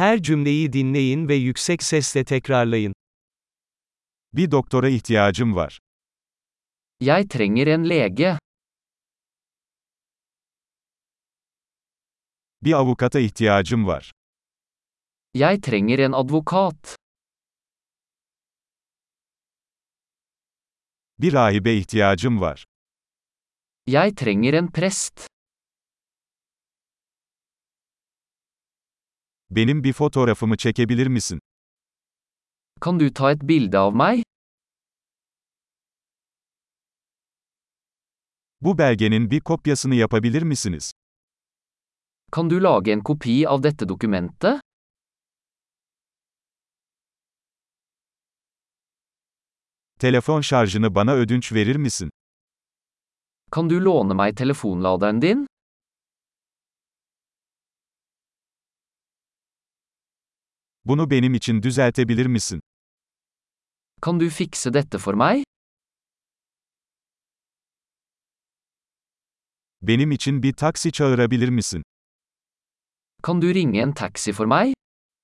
Her cümleyi dinleyin ve yüksek sesle tekrarlayın. Bir doktora ihtiyacım var. Jeg trenger en lege. Bir avukata ihtiyacım var. Jeg trenger en advokat. Bir rahibe ihtiyacım var. Jeg trenger en prest. Benim bir fotoğrafımı çekebilir misin? Kan du ta et bilde av meg? Bu belgenin bir kopyasını yapabilir misiniz? Kan du lage en kopi av dette dokumentet? Telefon şarjını bana ödünç verir misin? Kan du låne meg telefonladeren din? Bunu benim için düzeltebilir misin? Kan du fikse dette for meg? Benim için bir taksi çağırabilir misin? Kan du ringe en taxi for meg?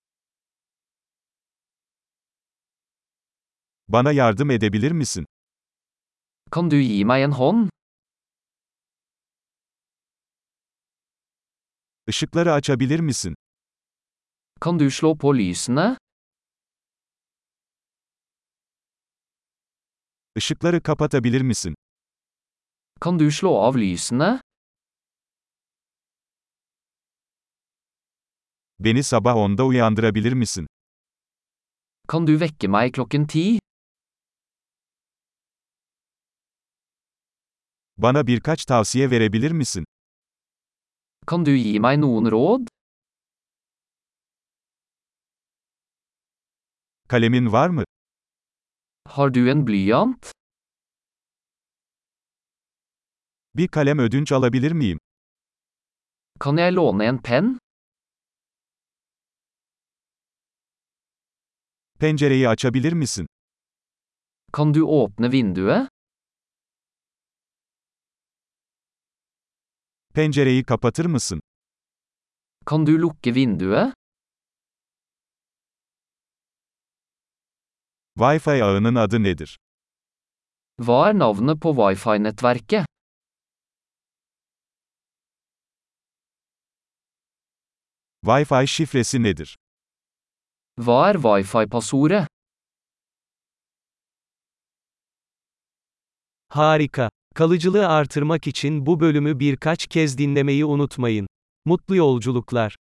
Bana yardım edebilir misin? Kan du gi meg en hånd? Işıkları açabilir misin? Kan du slå på lysene? Işıkları kapatabilir misin? Kan du slå av lysene? Beni sabah 10'da uyandırabilir misin? Kan du vekke meg klokken 10? Bana birkaç tavsiye verebilir misin? Kan du gi meg noen råd? Kalemin var mı? Har du en blyant? Bir kalem ödünç alabilir miyim? Kan jeg låne en penn? Pencereyi açabilir misin? Kan du åpne vinduet? Pencereyi kapatır mısın? Kan du lukke vinduet? Wi-Fi ağının adı nedir? Hva er navnet på wifi-nettverket? Wi-Fi şifresi nedir? Hva er wifi-passordet? Harika. Kalıcılığı artırmak için bu bölümü birkaç kez dinlemeyi unutmayın. Mutlu yolculuklar.